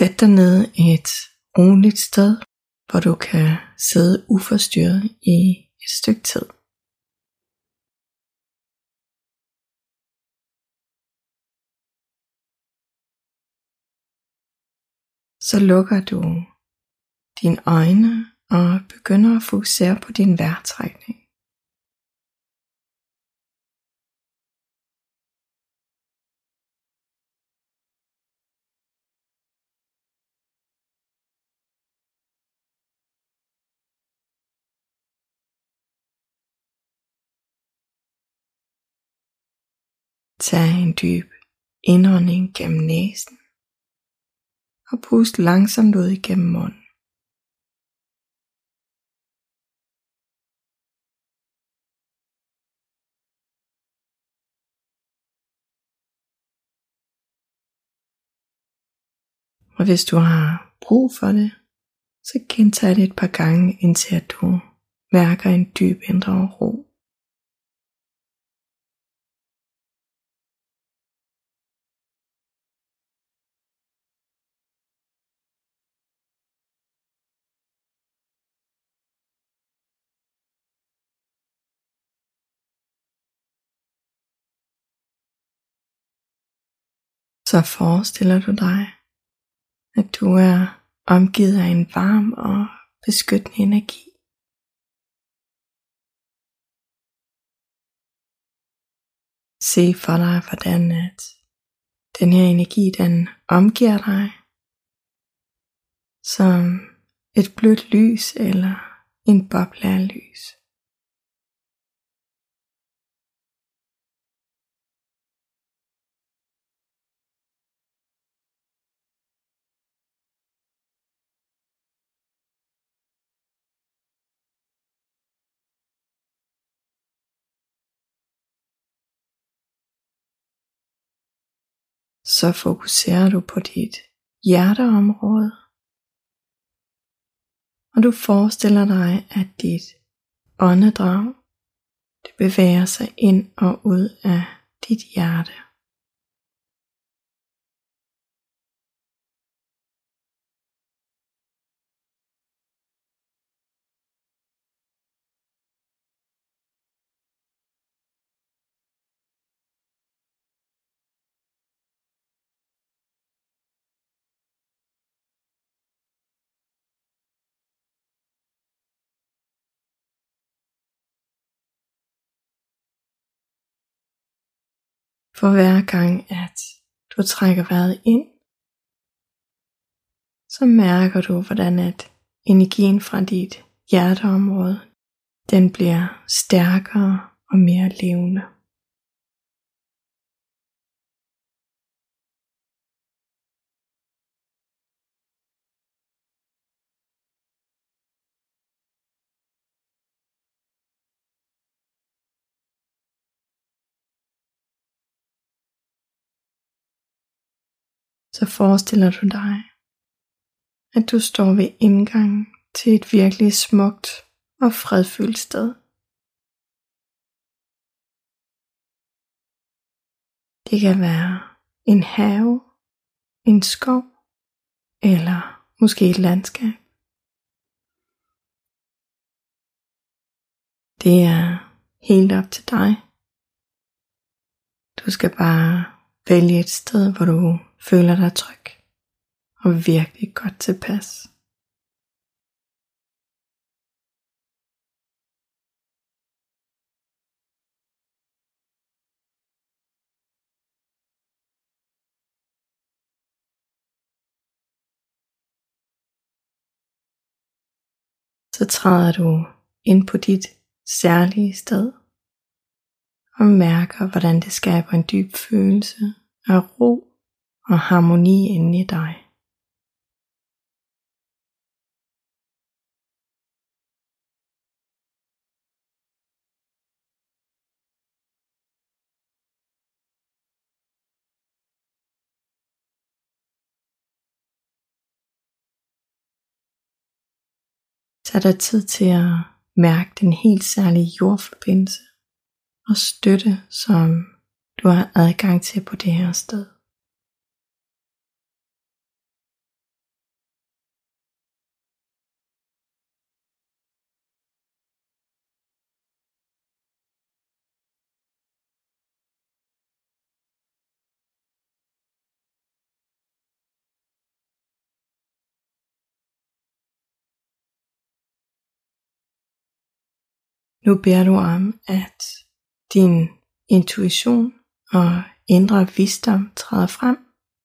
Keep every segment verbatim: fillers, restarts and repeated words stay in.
Sæt dig ned et roligt sted, hvor du kan sidde uforstyrret i et stykke tid. Så lukker du dine øjne og begynder at fokusere på din vejrtrækning. Tag en dyb indånding gennem næsen og pust langsomt ud igennem munden. Og hvis du har brug for det, så gentag det et par gange, indtil at du mærker en dyb indre ro. Så forestiller du dig, at du er omgivet af en varm og beskyttende energi. Se for dig, hvordan at den her energi, den omgiver dig som et blødt lys eller en boble af lys. Så fokuserer du på dit hjerteområde, og du forestiller dig, at dit åndedrag det bevæger sig ind og ud af dit hjerte. For hver gang at du trækker vejret ind, så mærker du hvordan at energien fra dit hjerteområde, den bliver stærkere og mere levende. Så forestiller du dig, at du står ved indgangen til et virkelig smukt og fredfyldt sted. Det kan være en have, en skov eller måske et landskab. Det er helt op til dig. Du skal bare vælge et sted, hvor du føler dig tryg og virkelig godt tilpas. Så træder du ind på dit særlige sted og mærker, hvordan det skaber en dyb følelse af ro og harmoni inde i dig. Tag dig tid til at mærke den helt særlige jordforbindelse og støtte, som du har adgang til på det her sted. Nu beder du om, at din intuition og indre visdom træder frem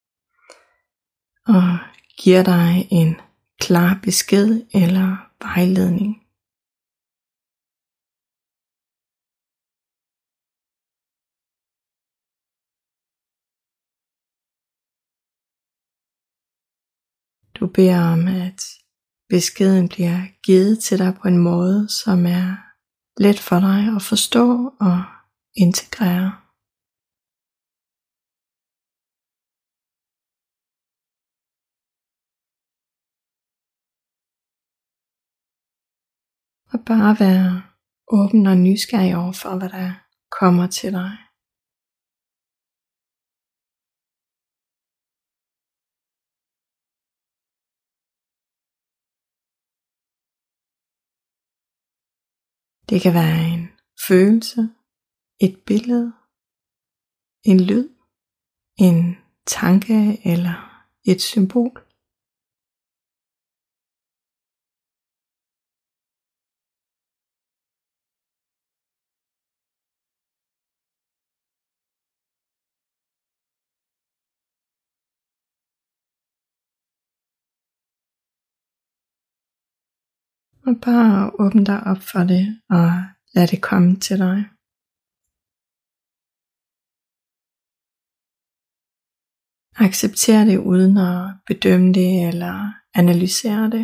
og giver dig en klar besked eller vejledning. Du beder om, at beskeden bliver givet til dig på en måde, som er let for dig at forstå og integrere. Og bare være åben og nysgerrig over for, hvad der kommer til dig. Det kan være en følelse, et billede, en lyd, en tanke eller et symbol. Og bare åbne dig op for det og lad det komme til dig. Accepter det uden at bedømme det eller analysere det.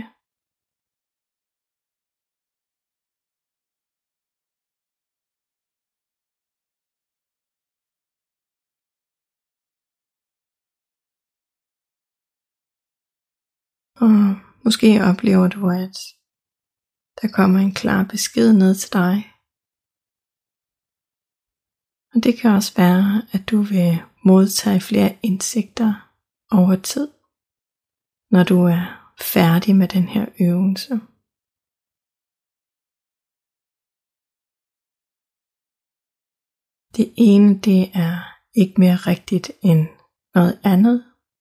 Og måske oplever du, at der kommer en klar besked ned til dig. Og det kan også være, at du vil modtage flere indsigter over tid, når du er færdig med den her øvelse. Det ene, det er ikke mere rigtigt end noget andet.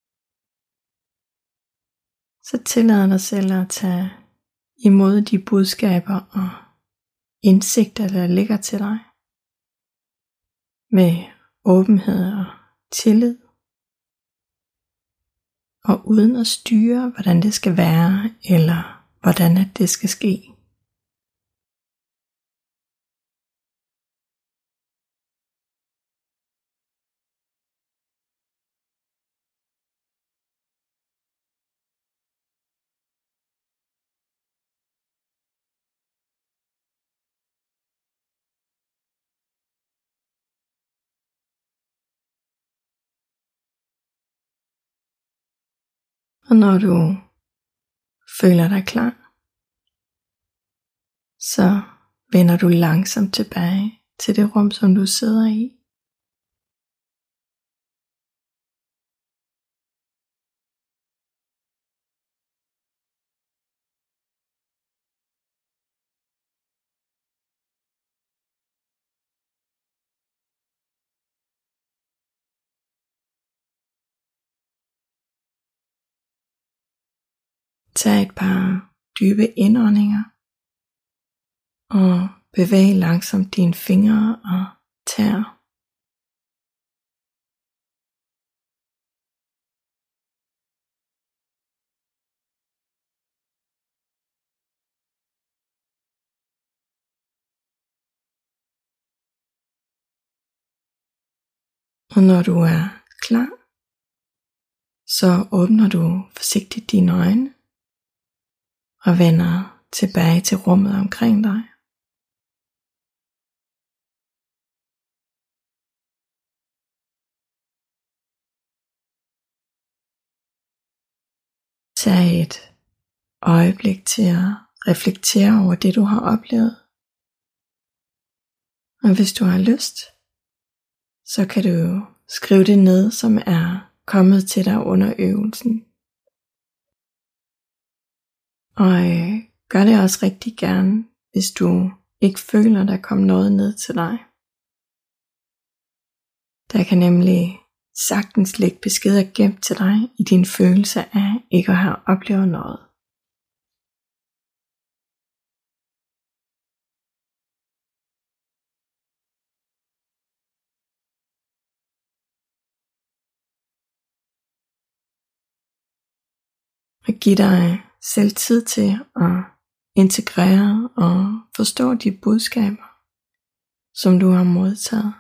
Så tillad dig selv at tage imod de budskaber og indsigter, der ligger til dig, med åbenhed og tillid, og uden at styre, hvordan det skal være, eller hvordan at det skal ske. Og når du føler dig klar, så vender du langsomt tilbage til det rum, som du sidder i. Tag et par dybe indåndinger og bevæg langsomt dine fingre og tæer. Og når du er klar, så åbner du forsigtigt dine øjne og vender tilbage til rummet omkring dig. Tag et øjeblik til at reflektere over det, du har oplevet. Og hvis du har lyst, så kan du skrive det ned, som er kommet til dig under øvelsen. Og øh, gør det også rigtig gerne, hvis du ikke føler, der kom noget ned til dig. Der kan nemlig sagtens ligge beskeder gemt til dig i din følelse af ikke at have oplevet noget. Og giv dig selv tid til at integrere og forstå de budskaber, som du har modtaget.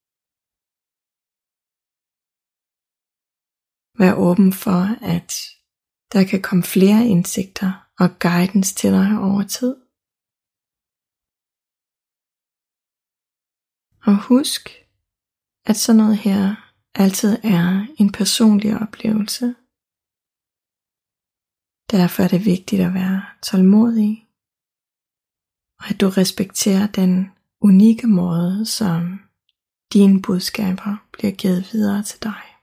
Vær åben for, at der kan komme flere indsigter og guidance til dig over tid. Og husk, at sådan noget her altid er en personlig oplevelse. Derfor er det vigtigt at være tålmodig, og at du respekterer den unikke måde, som dine budskaber bliver givet videre til dig.